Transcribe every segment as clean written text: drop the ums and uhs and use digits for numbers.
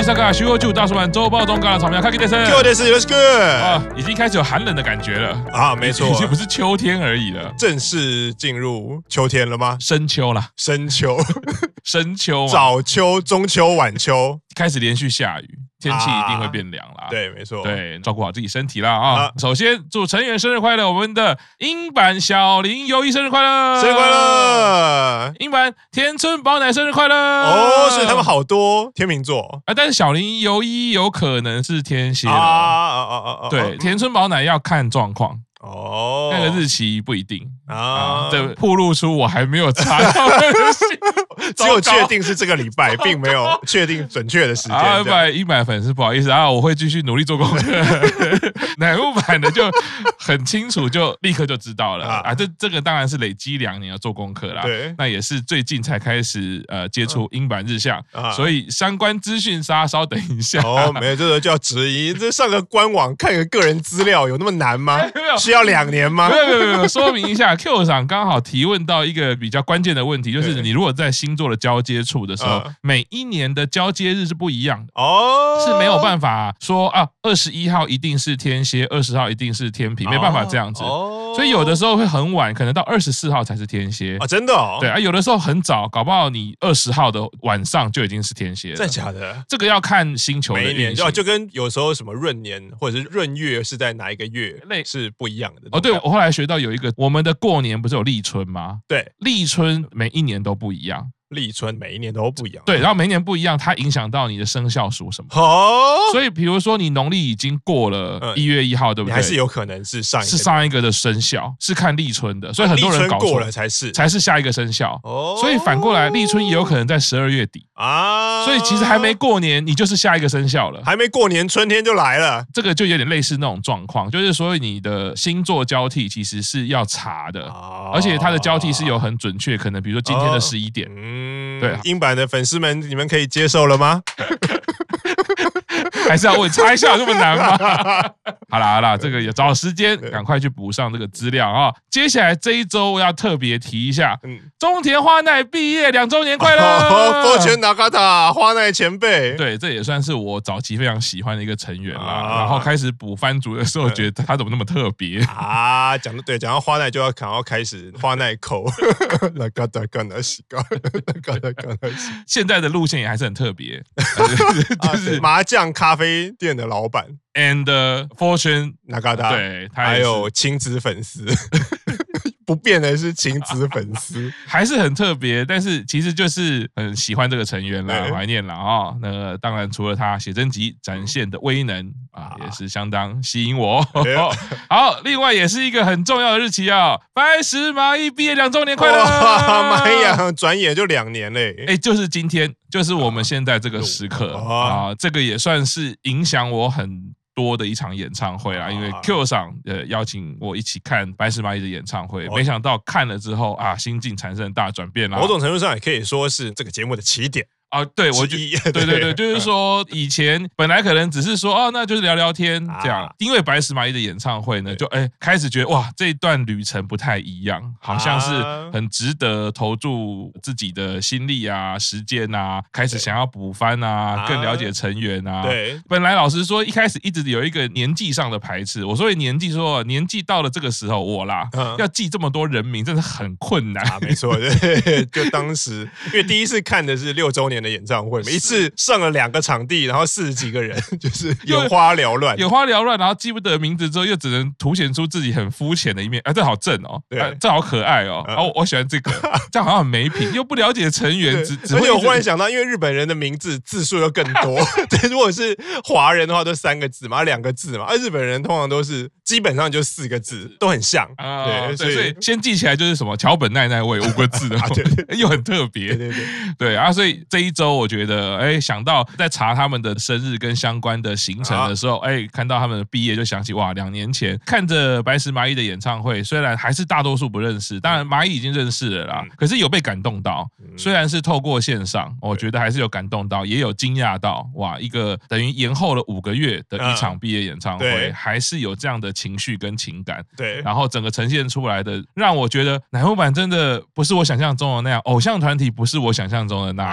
萨卡徐国柱大叔版周报中港草莓卡基德森， 今日です。よろしく。 已经开始有寒冷的感觉了啊，没错， 已经不是秋天而已了， 正式进入秋天了吗？ 深秋啦， 深秋， 深秋， 早秋、中秋、晚秋， 开始连续下雨。天气一定会变凉啦， 对，没错， 对，照顾好自己身体啦啊！首先祝成员生日快乐，我们的英版小林由一生日快乐， 生日快乐！ 英版田村宝乃生日快乐哦，所以他们好多天秤座啊，但是小林由一有可能是天蝎的，对，田村宝乃要看状况。哦，那个日期不一定啊，对，暴露出我还没有查到的只有确定是这个礼拜，并没有确定准确的时间。 100粉丝不好意思啊，我会继续努力做功课。乃木坂的就很清楚，就立刻就知道了啊。这个当然是累积2年要做功课啦。对，那也是最近才开始接触英版日向，所以相关资讯稍等一下。 哦，没有，这个叫质疑。这上个官网看个个人资料有那么难吗？需要2年吗？ 没有，说明一下 ，Q 赏刚好提问到一个比较关键的问题，就是你如果在星座的交接处的时候，每一年的交接日是不一样的哦，是没有办法说啊，21号一定是天蝎，20号一定是天秤，没办法这样子。所以有的时候会很晚，可能到24号才是天蝎啊，真的哦。 对啊，有的时候很早，搞不好你20号的晚上就已经是天蝎了。 真的假的？ 这个要看星球的运行， 就跟有时候什么闰年或者是闰月是在哪一个月是不一样的。 哦，对，我后来学到有一个，我们的过年不是有立春吗？ 对， 立春每一年都不一样。 立春每一年都不一样， 对，然后每一年不一样，它影响到你的生肖属什么。哦，所以比如说你农历已经过了1月1号，对不对？ 还是有可能是上一个的生肖，是看立春的，所以很多人搞错过了才是下一个生肖。哦，所以反过来，立春也有可能在12月底啊，所以其实还没过年，你就是下一个生肖了。 还没过年，春天就来了。 这个就有点类似那种状况，就是所以你的星座交替其实是要查的，而且它的交替是有很准确，可能比如说今天的11点，对。 英版的粉丝们，你们可以接受了吗？ 还是要问查一下有这么难吗？好啦，这个也找时间赶快去补上这个资料啊！接下来这一周要特别提一下，中田花奈毕业2周年快乐！ 波泉拿卡塔花奈前辈， 对，这也算是我早期非常喜欢的一个成员啦。然后开始补番组的时候，觉得他怎么那么特别啊？ 讲到花奈就要开始花奈口，拿卡塔干哪西高， 现在的路线也还是很特别， 就是麻将咖啡店的老板 and Fortune Nagata， 对， 还有亲子粉丝。不变的是亲子粉丝， 还是很特别，但是其实就是很喜欢这个成员啦，怀念啦啊。那个当然除了他写真集展现的威能啊，也是相当吸引我。好，另外也是一个很重要的日期啊，白石麻衣毕业2周年快乐！ 妈呀，转眼就2年嘞！ 哎，就是今天，就是我们现在这个时刻啊，这个也算是影响我很多的一场演唱会啦，因为 Q 赏邀请我一起看白石麻衣的演唱会，没想到看了之后啊，心境产生了大转变啦。 某种程度上也可以说是这个节目的起点。 啊，对，对，就是说以前本来可能只是说哦，那就是聊聊天这样，因为白石麻衣的演唱会呢，就开始觉得哇，这一段旅程不太一样，好像是很值得投注自己的心力啊、时间啊，开始想要补番啊，更了解成员啊。对，本来老实说，一开始一直有一个年纪上的排斥。我说年纪到了这个时候，我啦要记这么多人名，真的很困难。 没错，对，就当时因为第一次看的是6周年的演唱会，一次上了2个场地，然后40几个人，就是眼花缭乱， 然后记不得名字之后，又只能凸显出自己很肤浅的一面。这好正哦，这好可爱哦，我喜欢这个，这样好像很没品，又不了解成员， 而且我忽然想到，因为日本人的名字字数又更多，对，如果是华人的话，都3个字嘛，2个字嘛，而日本人通常都是基本上就4个字，都很像， 对，所以先记起来就是什么桥本奈奈未5个字的，又很特别，对啊，所以这一周我觉得，想到在查他们的生日跟相关的行程的时候，看到他们的毕业就想起哇，2年前看着白石麻衣的演唱会，虽然还是大多数不认识，当然麻衣已经认识了啦，可是有被感动到，虽然是透过线上，我觉得还是有感动到，也有惊讶到，哇，一个等于延后了5个月的一场毕业演唱会，还是有这样的情绪跟情感，对，然后整个呈现出来的，让我觉得乃木坂真的不是我想象中的那样，偶像团体不是我想象中的那样。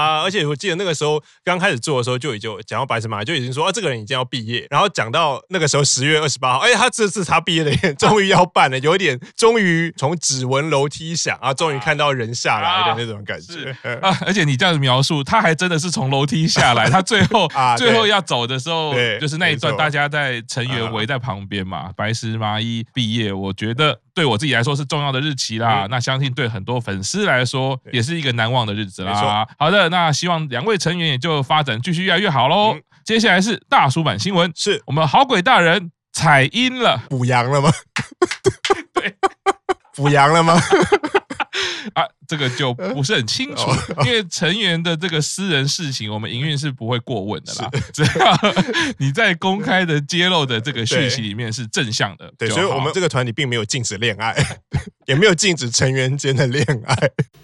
啊！而且我记得那个时候刚开始做的时候就已经讲到白石麻衣，就已经说这个人已经要毕业，然后讲到那个时候10月28号，他这次他毕业的人终于要办了，有点终于从指纹楼梯响啊，终于看到人下来的那种感觉而且你这样子描述，他还真的是从楼梯下来，他最后要走的时候，就是那一段大家在成员围在旁边嘛，白石麻衣毕业，我觉得对我自己来说是重要的日期啦，那相信对很多粉丝来说也是一个难忘的日子啦。好的，那希望2位成员也就发展继续越来越好咯。接下来是大叔版新闻， 是我们好鬼大人采阴了， 补阳了吗？ 对， 补阳了吗？ 这个就不是很清楚，因为成员的这个私人事情，我们营运是不会过问的啦。只要你在公开的揭露的这个讯息里面是正向的， 对，所以我们这个团体并没有禁止恋爱，也没有禁止成员间的恋爱。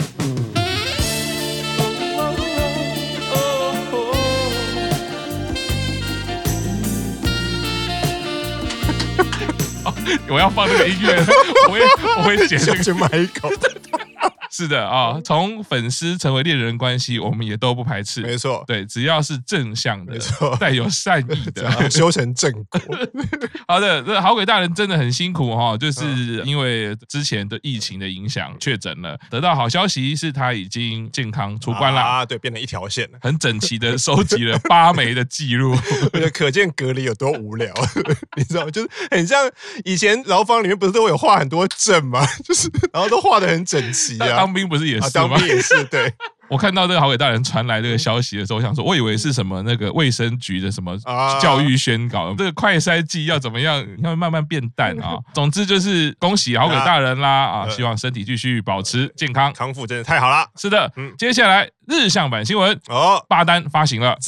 我要放这个音乐，我会剪这个麦克。 是的啊，从粉丝成为恋人关系，我们也都不排斥。 没错， 对，只要是正向的，带有善意的， 修成正果。 好的，这好鬼大人真的很辛苦哈，就是因为之前的疫情的影响确诊了，得到好消息是他已经健康出关了啊，对，变成一条线了， 很整齐的收集了8枚的记录， 可见隔离有多无聊，你知道，就是很像以前牢房里面不是都会有画很多阵吗？就是然后都画得很整齐啊。 当兵不是也是吗？ 当兵也是，对。 我看到这个好鬼大人传来这个消息的时候，我想说，我以为是什么那个卫生局的什么教育宣告，这个快筛剂要怎么样，要慢慢变淡啊。总之就是恭喜好鬼大人啦希望身体继续保持健康， 康复真的太好了。 是的，接下来日向版新闻巴丹发行了。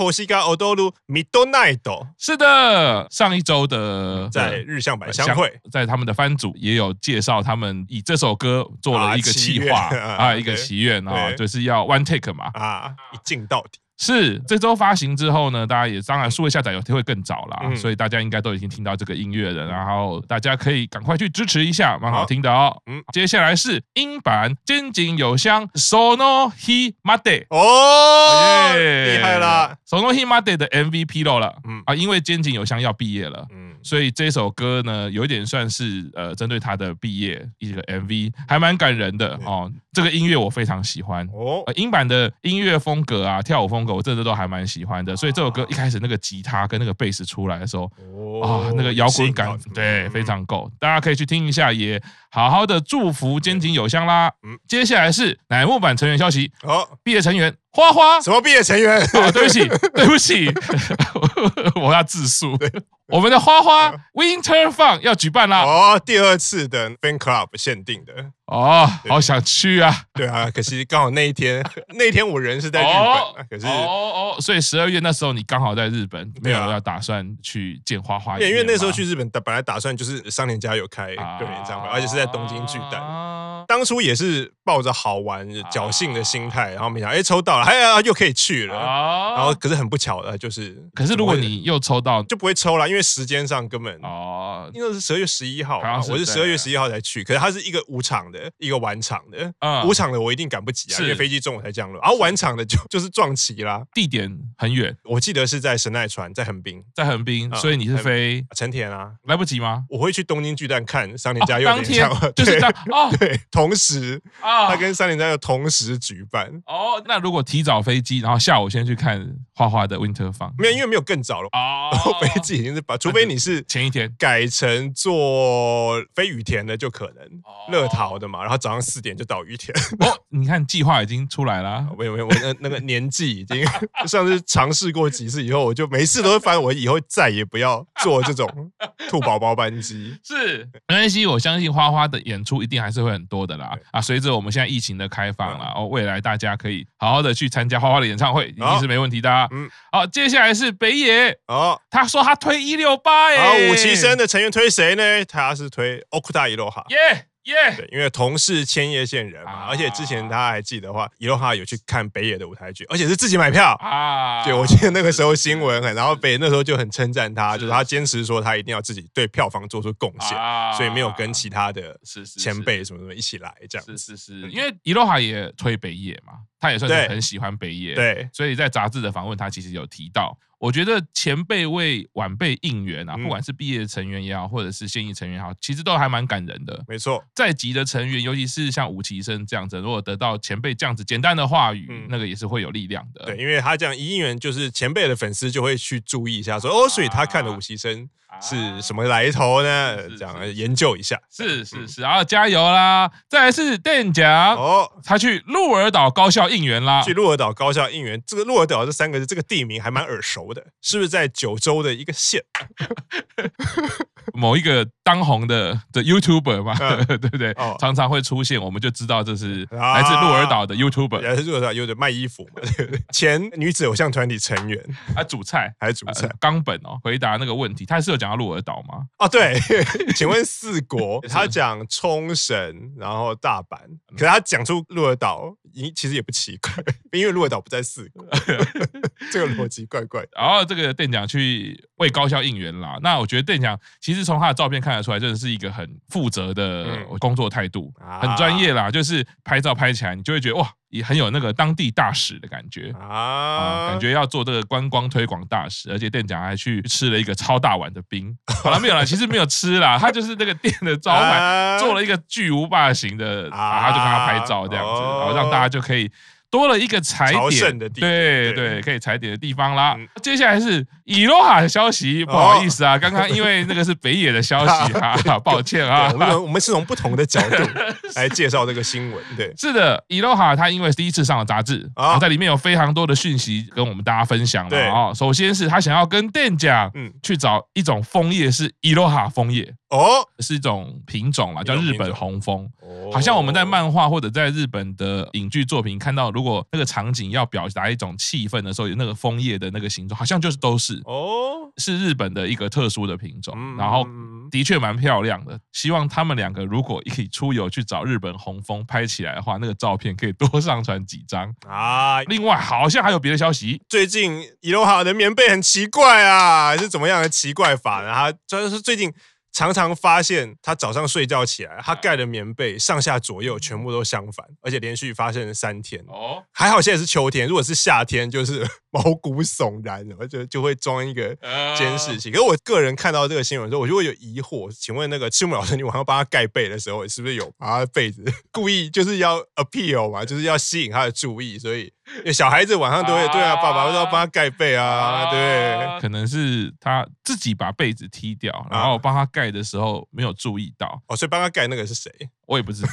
是的，上一周的在日向版相会， 在他们的番组也有介绍，他们以这首歌做了一个企划一个祈愿就是要 one take 嘛一镜到底。 是这周发行之后呢，大家也当然数位下载有会更早啦，所以大家应该都已经听到这个音乐了，然后大家可以赶快去支持一下，蛮好听的哦。接下来是英版肩井有香 Sono Himade 厉害啦 Sono Himade 的 MV 披露了因为肩井有香要毕业了所以这首歌呢有点算是针对他的毕业一个 MV， 还蛮感人的这个音乐我非常喜欢英版的音乐风格跳舞风格我真的都还蛮喜欢的，所以这首歌一开始那个吉他跟那个贝斯出来的时候那个摇滚感对非常够，大家可以去听一下，也好好的祝福肩井有香啦。接下来是乃木坂成员消息毕业成员花花。 什么毕业成员对不起我要自述，我们的花花 Winter Fun 要举办啦第2次的 Fan Club 限定的好想去啊。 对啊，可惜刚好那一天我人是在日本可是所以12月那时候你刚好在日本，没有要打算去见花花。 因为那时候去日本本来打算就是商店家有开个人演唱会而且是在东京巨蛋当初也是抱着好玩侥幸的心态，然后没想到抽到了又可以去了然后可是很不巧的就是可是如果你又抽到就不会抽了，因为时间上根本因为是12月11号我是12月11号才去，可是它是一个无场的一个晚场的无场的我一定赶不及因为飞机中午才降落，然后晚场的就是撞齐啦， 地点很远， 我记得是在神奈川，在横滨所以你是飞成田来不及吗？ 我会去东京巨蛋看桑田佳佑当天就是对同时他跟桑田佳佑同时举办那如果提早飞机然后下午先去看花花的 Winter Fun 没有，因为没有更早了飞机已经是除非你是前一天改成坐飞羽田的就可能乐桃的嘛，然后早上4点就到羽田你看计划已经出来了没有我那个年纪已经上次尝试过几次以后，我就每次都会发现我以后再也不要坐这种兔宝宝班机是没关系，我相信花花的演出一定还是会很多的啦随着我们现在疫情的开放啦未来大家可以好好的去参加花花的演唱会，一定是没问题的好，接下来是北野他说他推168 武崎生的成员推谁呢？他是推 Okuda Iroha 耶！ 对，因为同是千叶县人嘛，而且之前他还记得的话，伊洛哈有去看北野的舞台剧，而且是自己买票啊。对，我记得那个时候新闻然后北野那时候就很称赞他，就是他坚持说他一定要自己对票房做出贡献，所以没有跟其他的前辈什么什么一起来这样。 是，因为伊洛哈也推北野嘛，他也算是很喜欢北野， 对， 所以在杂志的访问他其实有提到。我觉得前辈为晚辈应援啊，不管是毕业成员也好，或者是现役成员也好，其实都还蛮感人的。 没错， 在籍的成员，尤其是像武崎生这样子，如果得到前辈这样子简单的话语，那个也是会有力量的。 对，因为他这样一应援，就是前辈的粉丝就会去注意一下，说所以他看的武崎生是什么来头呢？这样研究一下。 是，然后加油啦！再来是店长他去鹿儿岛高校应援啦。 去鹿儿岛高校应援，这个鹿儿岛这3个字，这个地名还蛮耳熟的，是不是在九州的一个县？ 某一个当红的 YouTuber 嘛，对不对？常常会出现，我们就知道这是来自鹿儿岛的 YouTuber， 来自鹿儿岛有点卖衣服嘛，对不对？前女子偶像团体成员， 主菜还是主菜？ 冈本回答那个问题，他是有讲到鹿儿岛吗？ 对，请问4国，他讲冲绳，然后大阪，可是他讲出鹿儿岛，其实也不奇怪，因为鹿儿岛不在4国，这个逻辑怪怪的。 然后这个店长去为高校应援啦，那我觉得店长其实从他的照片看得出来，真的是一个很负责的工作态度，很专业啦。就是拍照拍起来，你就会觉得哇，也很有那个当地大使的感觉感觉要做这个观光推广大使。而且店长还去吃了一个超大碗的冰，好了没有啦，其实没有吃啦，他就是那个店的招牌做了一个巨无霸型的，他就跟他拍照这样子，然后让大家就可以多了一个踩点的地方，对，可以踩点的地方啦。接下来是伊洛哈的消息，不好意思啊，刚刚因为那个是北野的消息抱歉啊。 我们是从不同的角度来介绍这个新闻。对， 是的，伊洛哈他因为第一次上了杂志，然后在里面有非常多的讯息跟我们大家分享了首先是他想要跟店长去找一种枫叶，是伊洛哈枫叶。是一种品种啦，叫日本红枫。好像我们在漫画或者在日本的影剧作品看到，如果那个场景要表达一种气氛的时候，有那个枫叶的那个形状，好像就是都是是日本的一个特殊的品种。然后的确蛮漂亮的。希望他们2个如果一起出游去找日本红枫拍起来的话，那个照片可以多上传几张啊。另外好像还有别的消息， 最近伊洛哈的棉被很奇怪啊，是怎么样的奇怪法呢？他就是最近常常发现他早上睡觉起来，他盖的棉被上下左右全部都相反，而且连续发生了3天。还好现在是秋天，如果是夏天，就是毛骨悚然，而且就会装一个监视器。可是我个人看到这个新闻的时候，我就会有疑惑，请问那个赤木老师，你晚上帮他盖被的时候，是不是有把他被子故意就是要 appeal 嘛，就是要吸引他的注意？所以小孩子晚上都会对啊，爸爸都要帮他盖被啊，对， 可能是他自己把被子踢掉，然后帮他盖的时候没有注意到所以帮他盖那个是谁？ 我也不知道。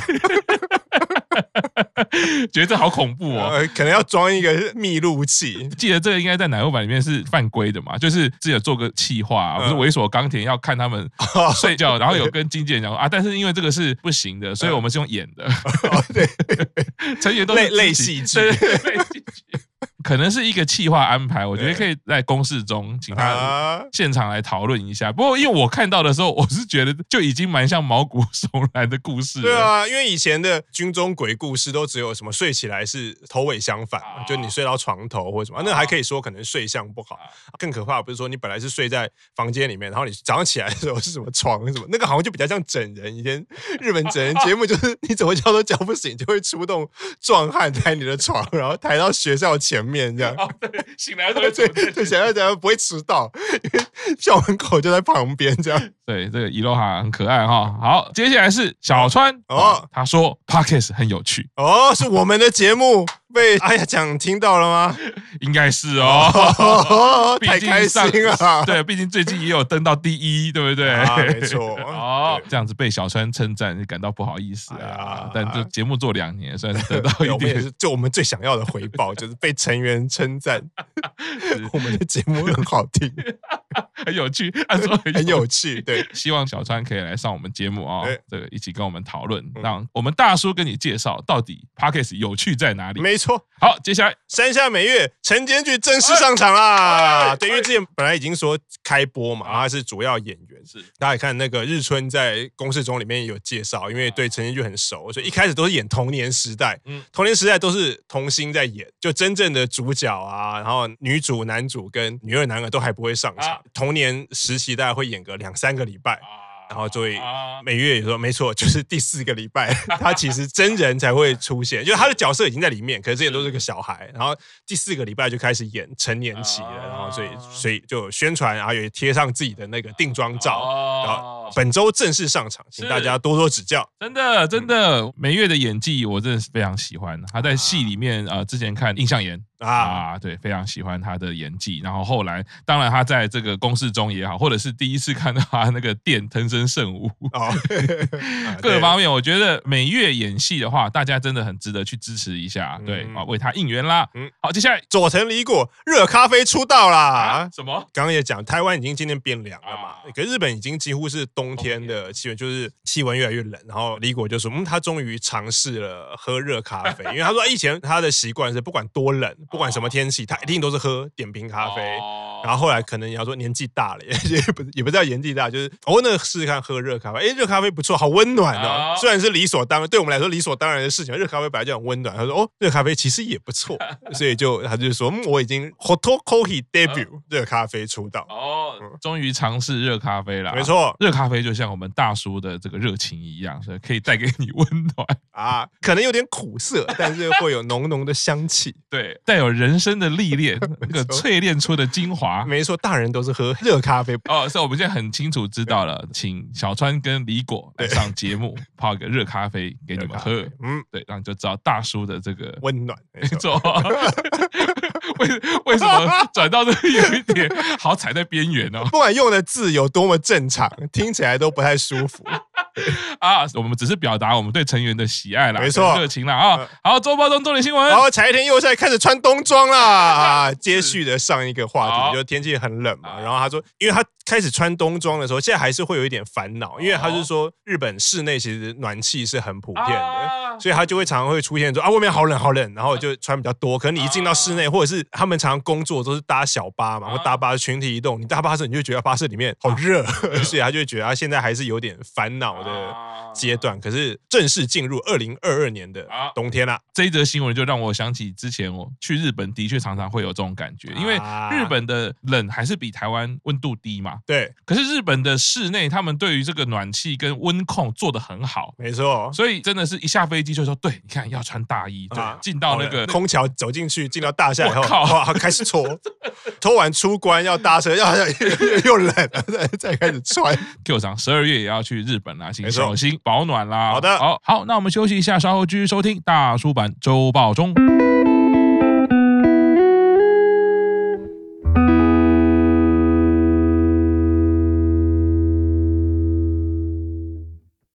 觉得这好恐怖可能要装一个密录器。 记得这个应该在乃木坂里面是犯规的嘛，就是自己有做个企划不是猥琐钢铁要看他们睡觉，然后有跟经纪人讲说但是因为这个是不行的，所以我们是用演的。 对， 成员都是类戏剧， 类戏剧。可能是一个企划安排，我觉得可以在公示中请他现场来讨论一下。不过因为我看到的时候，我是觉得就已经蛮像毛骨悚然的故事了。 对啊，因为以前的军中鬼故事都只有什么睡起来是头尾相反，就你睡到床头或者什么，那还可以说可能睡相不好。更可怕不是说你本来是睡在房间里面，然后你早上起来的时候是什么床什么，那个好像就比较像整人。以前日本整人节目就是你怎么叫都叫不醒，就会出动壮汉抬你的床，然后抬到学校前面。这样对，醒来都会对， 醒来这样不会迟到，因为校门口就在旁边。这样对，这个伊洛哈很可爱好，接下来是小川他说 Podcast 很有趣是我们的节目被讲听到了吗？ 应该是太开心了。 对，毕竟最近也有登到第1，对不对？ 没错。 这样子被小川称赞，感到不好意思但这节目做2年，算是得到一点， 就我们最想要的回报，就是被成员称赞我们的节目很好听。 很有趣，按说很有趣。对， 希望小川可以来上我们节目啊，这个一起跟我们讨论，让我们大叔跟你介绍到底 Podcast 有趣在哪里。 没错。 好，接下来山下美月晨间剧正式上场啦！对，因为之前本来已经说开播嘛，他是主要演员，是大家也看那个日村在公式中里面有介绍，因为对晨间剧很熟，所以一开始都是演童年时代，童年时代都是童星在演，就真正的主角啊，然后女主、男主跟女二、男二都还不会上场，童年时期大概会演个2-3个礼拜。然后作为美月也说没错，就是第4个礼拜，他其实真人才会出现，就是他的角色已经在里面，可是之前都是个小孩，然后第4个礼拜就开始演成年期了，然后所以就有宣传，然后也贴上自己的那个定妆照，然后本周正式上场，请大家多多指教。 真的，美月的演技我真的是非常喜欢，他在戏里面之前看印象岩。对，非常喜欢他的演技。然后后来，当然他在这个公式中也好，或者是第一次看到他那个电藤森圣武，各方面，我觉得美月演戏的话，大家真的很值得去支持一下，对为他应援啦。好，接下来佐藤梨果热咖啡出道啦！ 什么？ 刚刚也讲，台湾已经今天变凉了嘛，可日本已经几乎是冬天的气温，就是气温越来越冷。然后梨果就说，他终于尝试了喝热咖啡，因为他说以前他的习惯是不管多冷。不管什么天气，他一定都是喝点评咖啡。然后后来可能你要说年纪大了，也不是叫年纪大，就是那试试看喝热咖啡。热咖啡不错，好温暖哦。虽然是理所当然，对我们来说理所当然的事情，热咖啡本来就很温暖。他说热咖啡其实也不错，所以他就说我已经 hot coffee debut 热咖啡出道。 终于尝试热咖啡了。 没错， 热咖啡就像我们大叔的这个热情一样，所以可以带给你温暖可能有点苦涩，但是会有浓浓的香气。 对，带有人生的历练，那个淬炼出的精华。 没错，大人都是喝热咖啡。 所以我们现在很清楚知道了，请小川跟梨果来上节目，泡一个热咖啡给你们喝。对，然后就知道大叔的这个温暖。 没错。为什么转到这个有一点好踩在边缘哦？ 不管用的字有多么正常，听起来都不太舒服。 我们只是表达我们对成员的喜爱啦， 没错， 热情啦好，周报中重点新闻。 好，柴田佑菜开始穿冬装啦接续的上一个话题，就天气很冷嘛，然后他说，因为他开始穿冬装的时候，现在还是会有一点烦恼，因为他是说日本室内其实暖气是很普遍的，所以他就会常常会出现说外面好冷好冷，然后就穿比较多。可能你一进到室内，或者是他们常常工作都是搭小巴嘛，或搭巴士群体移动，你搭巴士你就觉得巴士里面好热，所以他就会觉得他现在还是有点烦恼的阶段。可是正式进入2022年的冬天啦， 这一则新闻就让我想起之前我去日本的确常常会有这种感觉，因为日本的冷还是比台湾温度低嘛。 对， 可是日本的室内他们对于这个暖气跟温控做得很好， 没错， 所以真的是一下飞机就说，对，你看要穿大衣，对，进到那个空桥走进去，进到大厦以后，哇，开始搓，搓完出关要搭车，又冷了，再开始穿。 Q 厂12月也要去日本啦，请小心保暖啦。 好的， 好，那我们休息一下，稍后继续收听大叔版周报中。